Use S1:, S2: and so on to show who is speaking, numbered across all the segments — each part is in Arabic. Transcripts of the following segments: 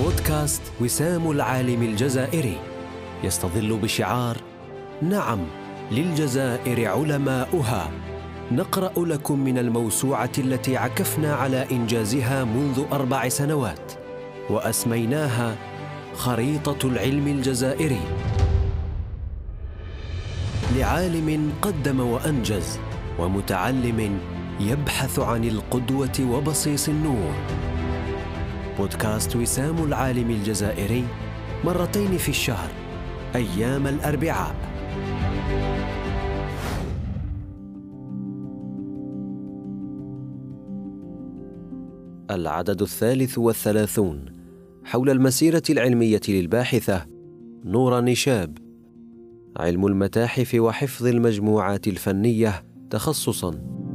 S1: بودكاست وسام العالم الجزائري يستظل بشعار نعم للجزائر علماؤها. نقرأ لكم من الموسوعة التي عكفنا على إنجازها منذ 4 سنوات وأسميناها خريطة العلم الجزائري، لعالم قدم وأنجز ومتعلم يبحث عن القدوة وبصيص النور. بودكاست وسام العالم الجزائري 2 في الشهر، أيام الأربعاء. العدد 33 حول المسيرة العلمية للباحثة نورة نشاب، علم المتاحف وحفظ المجموعات الفنية تخصصاً.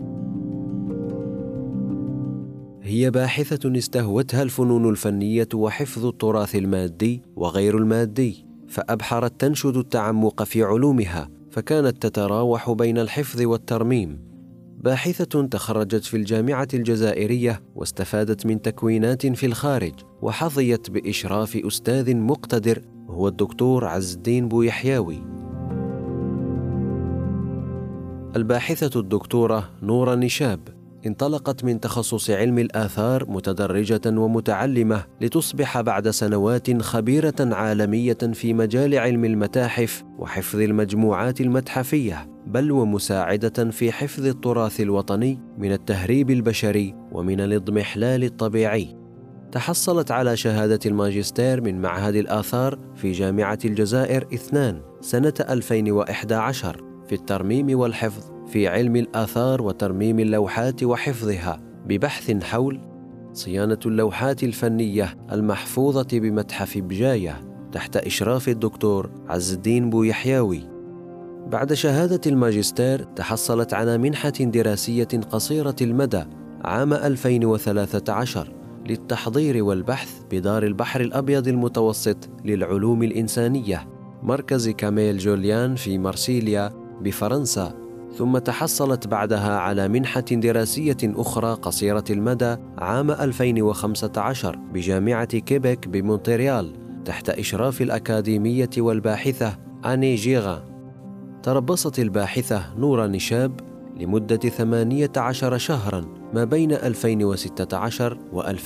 S1: هي باحثة استهوتها الفنون الفنية وحفظ التراث المادي وغير المادي، فأبحرت تنشد التعمق في علومها، فكانت تتراوح بين الحفظ والترميم. باحثة تخرجت في الجامعة الجزائرية واستفادت من تكوينات في الخارج، وحظيت بإشراف أستاذ مقتدر هو الدكتور عز الدين بويحياوي. الباحثة الدكتورة نورة نشاب انطلقت من تخصص علم الآثار متدرجة ومتعلمة لتصبح بعد سنوات خبيرة عالمية في مجال علم المتاحف وحفظ المجموعات المتحفية، بل ومساعدة في حفظ التراث الوطني من التهريب البشري ومن الاضمحلال الطبيعي. تحصلت على شهادة الماجستير من معهد الآثار في جامعة الجزائر 2 سنة 2011 في الترميم والحفظ في علم الآثار وترميم اللوحات وحفظها، ببحث حول صيانة اللوحات الفنية المحفوظة بمتحف بجاية تحت إشراف الدكتور عز الدين بويحياوي. بعد شهادة الماجستير تحصلت على منحة دراسية قصيرة المدى عام 2013 للتحضير والبحث بدار البحر الأبيض المتوسط للعلوم الإنسانية، مركز كاميل جوليان في مرسيليا بفرنسا. ثم تحصلت بعدها على منحة دراسية أخرى قصيرة المدى عام 2015 بجامعة كيبك بمونتريال تحت إشراف الأكاديمية والباحثة آني جيغا. تربصت الباحثة نورة نشاب لمدة 18 شهراً ما بين 2016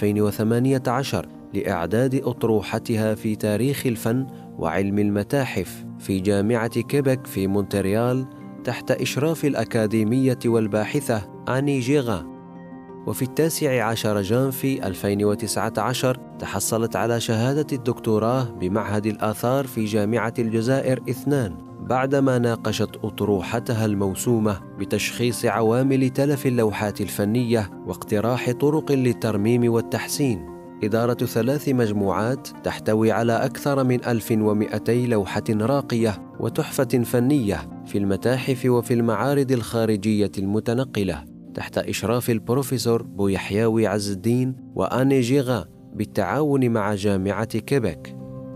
S1: و2018 لإعداد أطروحتها في تاريخ الفن وعلم المتاحف في جامعة كيبك في مونتريال تحت إشراف الأكاديمية والباحثة آني جيغا. وفي 19 جانفي 2019 تحصلت على شهادة الدكتوراه بمعهد الآثار في جامعة الجزائر 2 بعدما ناقشت أطروحتها الموسومة بتشخيص عوامل تلف اللوحات الفنية واقتراح طرق للترميم والتحسين. إدارة 3 مجموعات تحتوي على أكثر من 1200 لوحة راقية وتحفة فنية في المتاحف وفي المعارض الخارجية المتنقلة تحت إشراف البروفيسور بويحياوي عز الدين وآني جيغا بالتعاون مع جامعة كيبك.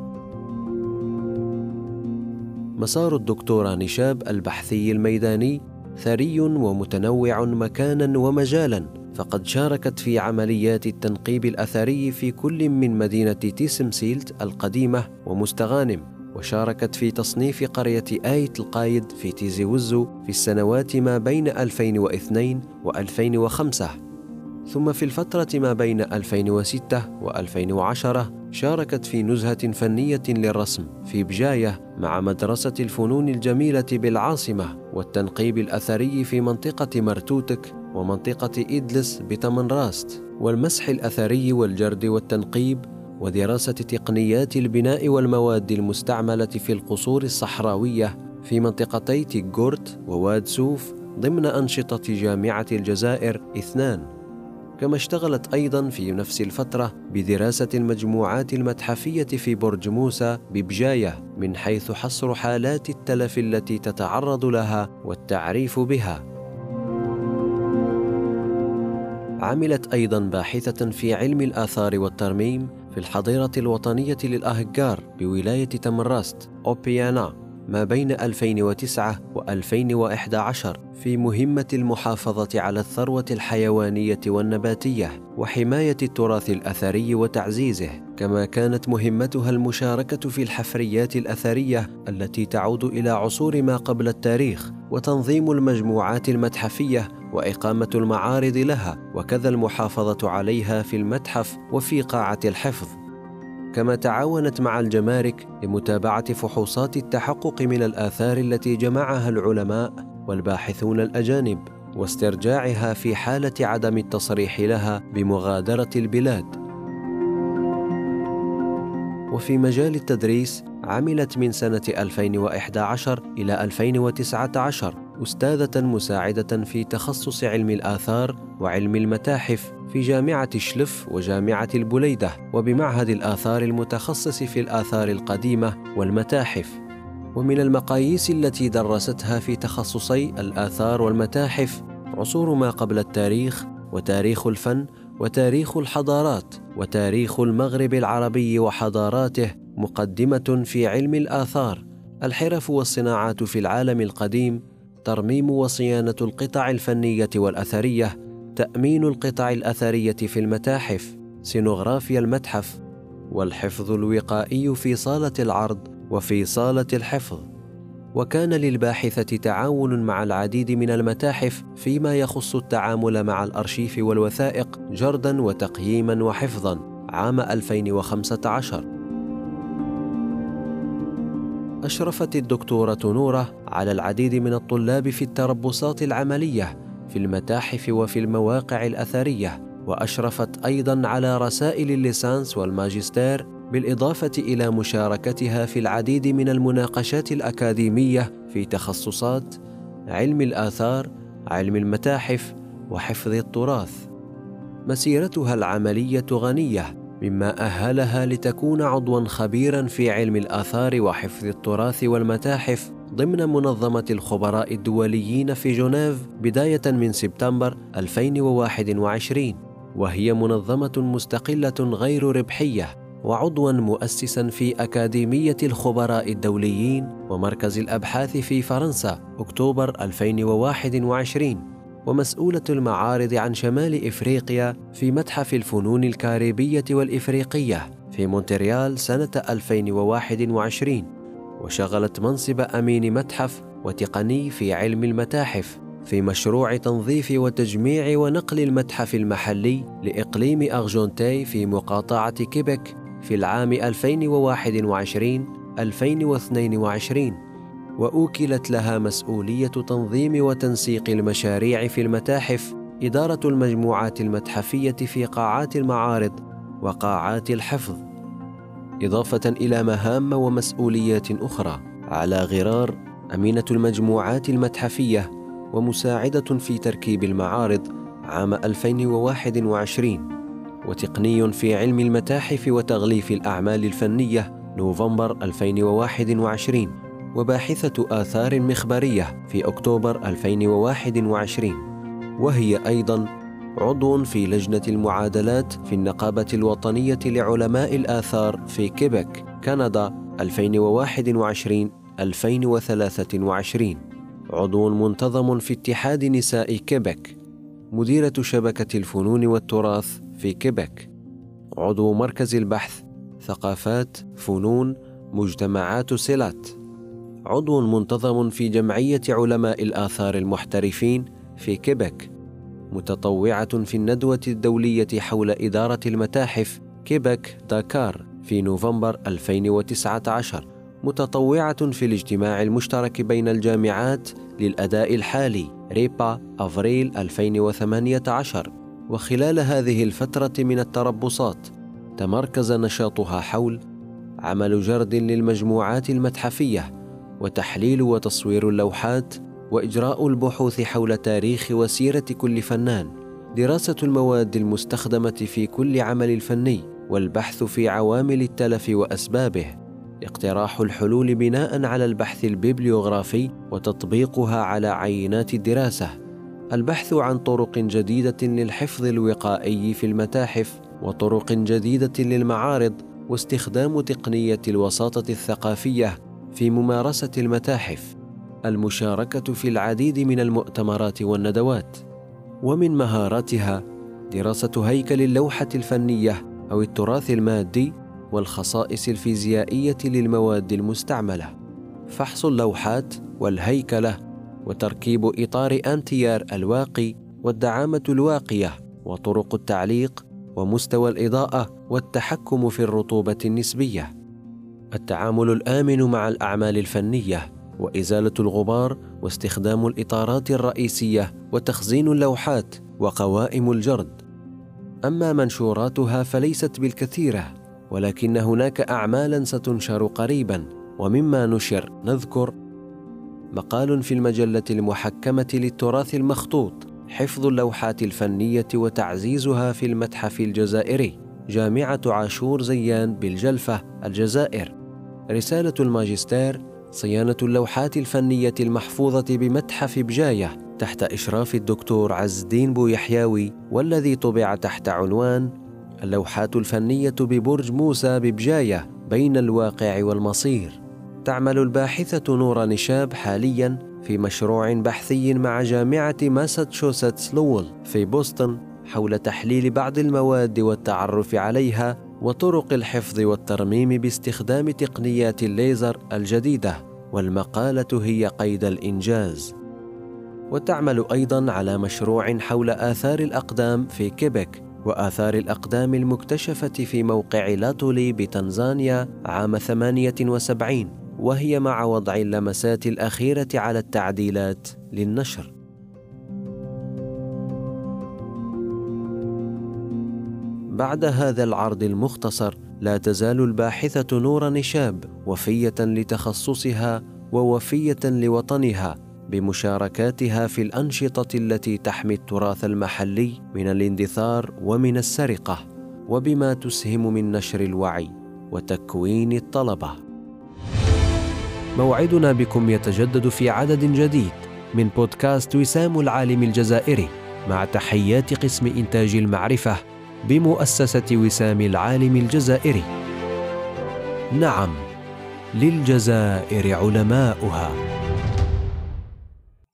S1: مسار الدكتورة نشاب البحثي الميداني ثري ومتنوع مكاناً ومجالاً، فقد شاركت في عمليات التنقيب الأثري في كل من مدينة تيسمسيلت القديمة ومستغانم، وشاركت في تصنيف قرية آيت القايد في تيزي وزو في السنوات ما بين 2002 و2005. ثم في الفترة ما بين 2006 و2010 شاركت في نزهة فنية للرسم في بجاية مع مدرسة الفنون الجميلة بالعاصمة، والتنقيب الأثري في منطقة مرتوتك ومنطقة إدلس بتمنراست، والمسح الأثري والجرد والتنقيب، ودراسة تقنيات البناء والمواد المستعملة في القصور الصحراوية في منطقتي تيغورت وواد سوف ضمن أنشطة جامعة الجزائر 2. كما اشتغلت أيضا في نفس الفترة بدراسة المجموعات المتحفية في برج موسى ببجاية من حيث حصر حالات التلف التي تتعرض لها والتعريف بها. عملت أيضا باحثة في علم الآثار والترميم في الحظيرة الوطنية للأهجار بولاية تمنراست أوبيانا ما بين 2009 و2011 في مهمة المحافظة على الثروة الحيوانية والنباتية وحماية التراث الأثري وتعزيزه، كما كانت مهمتها المشاركة في الحفريات الأثرية التي تعود إلى عصور ما قبل التاريخ، وتنظيم المجموعات المتحفية وإقامة المعارض لها، وكذا المحافظة عليها في المتحف وفي قاعة الحفظ. كما تعاونت مع الجمارك لمتابعة فحوصات التحقق من الآثار التي جمعها العلماء والباحثون الأجانب، واسترجاعها في حالة عدم التصريح لها بمغادرة البلاد. وفي مجال التدريس عملت من سنة 2011 إلى 2019 أستاذة مساعدة في تخصص علم الآثار وعلم المتاحف في جامعة شلف وجامعة البليدة، وبمعهد الآثار المتخصص في الآثار القديمة والمتاحف. ومن المقاييس التي درستها في تخصصي الآثار والمتاحف عصور ما قبل التاريخ، وتاريخ الفن، وتاريخ الحضارات، وتاريخ المغرب العربي وحضاراته، مقدمة في علم الآثار، الحرف والصناعات في العالم القديم، ترميم وصيانة القطع الفنية والأثرية، تأمين القطع الأثرية في المتاحف، سينوغرافيا المتحف، والحفظ الوقائي في صالة العرض وفي صالة الحفظ. وكان للباحثة تعاون مع العديد من المتاحف فيما يخص التعامل مع الأرشيف والوثائق جرداً وتقييماً وحفظاً عام 2015. أشرفت الدكتورة نورة على العديد من الطلاب في التربصات العملية في المتاحف وفي المواقع الأثرية، وأشرفت أيضاً على رسائل الليسانس والماجستير، بالإضافة إلى مشاركتها في العديد من المناقشات الأكاديمية في تخصصات علم الآثار، علم المتاحف، وحفظ التراث. مسيرتها العملية غنية، مما أهلها لتكون عضواً خبيراً في علم الآثار وحفظ التراث والمتاحف ضمن منظمة الخبراء الدوليين في جنيف بداية من سبتمبر 2021، وهي منظمة مستقلة غير ربحية، وعضواً مؤسساً في أكاديمية الخبراء الدوليين ومركز الأبحاث في فرنسا أكتوبر 2021، ومسؤولة المعارض عن شمال إفريقيا في متحف الفنون الكاريبية والإفريقية في مونتريال سنة 2021، وشغلت منصب أمين متحف وتقني في علم المتاحف في مشروع تنظيف وتجميع ونقل المتحف المحلي لإقليم أرجونتي في مقاطعة كيبك في العام 2021-2022، وأوكلت لها مسؤولية تنظيم وتنسيق المشاريع في المتاحف، إدارة المجموعات المتحفية في قاعات المعارض وقاعات الحفظ، إضافة إلى مهام ومسؤوليات أخرى. على غرار أمينة المجموعات المتحفية ومساعدة في تركيب المعارض عام 2021، وتقني في علم المتاحف وتغليف الأعمال الفنية نوفمبر 2021، وباحثة آثار مخبرية في أكتوبر 2021، وهي أيضاً عضو في لجنة المعادلات في النقابة الوطنية لعلماء الآثار في كيبك كندا 2021-2023، عضو منتظم في اتحاد نساء كيبك، مديرة شبكة الفنون والتراث في كيبك، عضو مركز البحث ثقافات فنون مجتمعات سيلات، عضو منتظم في جمعية علماء الآثار المحترفين في كيبك، متطوعة في الندوة الدولية حول إدارة المتاحف كيبك داكار في نوفمبر 2019، متطوعة في الاجتماع المشترك بين الجامعات للأداء الحالي ريبا أفريل 2018. وخلال هذه الفترة من التربصات تمركز نشاطها حول عمل جرد للمجموعات المتحفية، وتحليل وتصوير اللوحات، وإجراء البحوث حول تاريخ وسيرة كل فنان، دراسة المواد المستخدمة في كل عمل فني، والبحث في عوامل التلف وأسبابه، اقتراح الحلول بناء على البحث البيبليوغرافي وتطبيقها على عينات الدراسة، البحث عن طرق جديدة للحفظ الوقائي في المتاحف وطرق جديدة للمعارض، واستخدام تقنية الوساطة الثقافية في ممارسة المتاحف، المشاركة في العديد من المؤتمرات والندوات. ومن مهاراتها دراسة هيكل اللوحة الفنية أو التراث المادي والخصائص الفيزيائية للمواد المستعملة، فحص اللوحات والهيكلة، وتركيب إطار أمتيار الواقي والدعامة الواقية، وطرق التعليق، ومستوى الإضاءة، والتحكم في الرطوبة النسبية. التعامل الآمن مع الأعمال الفنية، وإزالة الغبار، واستخدام الإطارات الرئيسية، وتخزين اللوحات، وقوائم الجرد. أما منشوراتها فليست بالكثيرة، ولكن هناك أعمالاً ستنشر قريباً. ومما نشر نذكر مقال في المجلة المحكمة للتراث المخطوط: حفظ اللوحات الفنية وتعزيزها في المتحف الجزائري، جامعة عاشور زيان بالجلفة الجزائر. رسالة الماجستير: صيانة اللوحات الفنية المحفوظة بمتحف بجاية تحت إشراف الدكتور عز الدين بويحياوي، والذي طبع تحت عنوان اللوحات الفنية ببرج موسى ببجاية بين الواقع والمصير. تعمل الباحثة نورة نشاب حالياً في مشروع بحثي مع جامعة ماساتشوستس لوول في بوسطن حول تحليل بعض المواد والتعرف عليها وطرق الحفظ والترميم باستخدام تقنيات الليزر الجديدة، والمقالة هي قيد الإنجاز. وتعمل أيضاً على مشروع حول آثار الأقدام في كيبيك، وآثار الأقدام المكتشفة في موقع لاتولي بتنزانيا عام 78، وهي مع وضع اللمسات الأخيرة على التعديلات للنشر. بعد هذا العرض المختصر، لا تزال الباحثة نورة نشاب وفية لتخصصها ووفية لوطنها بمشاركاتها في الأنشطة التي تحمي التراث المحلي من الاندثار ومن السرقة، وبما تسهم من نشر الوعي وتكوين الطلبة. موعدنا بكم يتجدد في عدد جديد من بودكاست وسام العالم الجزائري، مع تحيات قسم إنتاج المعرفة بمؤسسة وسام العالم الجزائري. نعم، للجزائر علماؤها.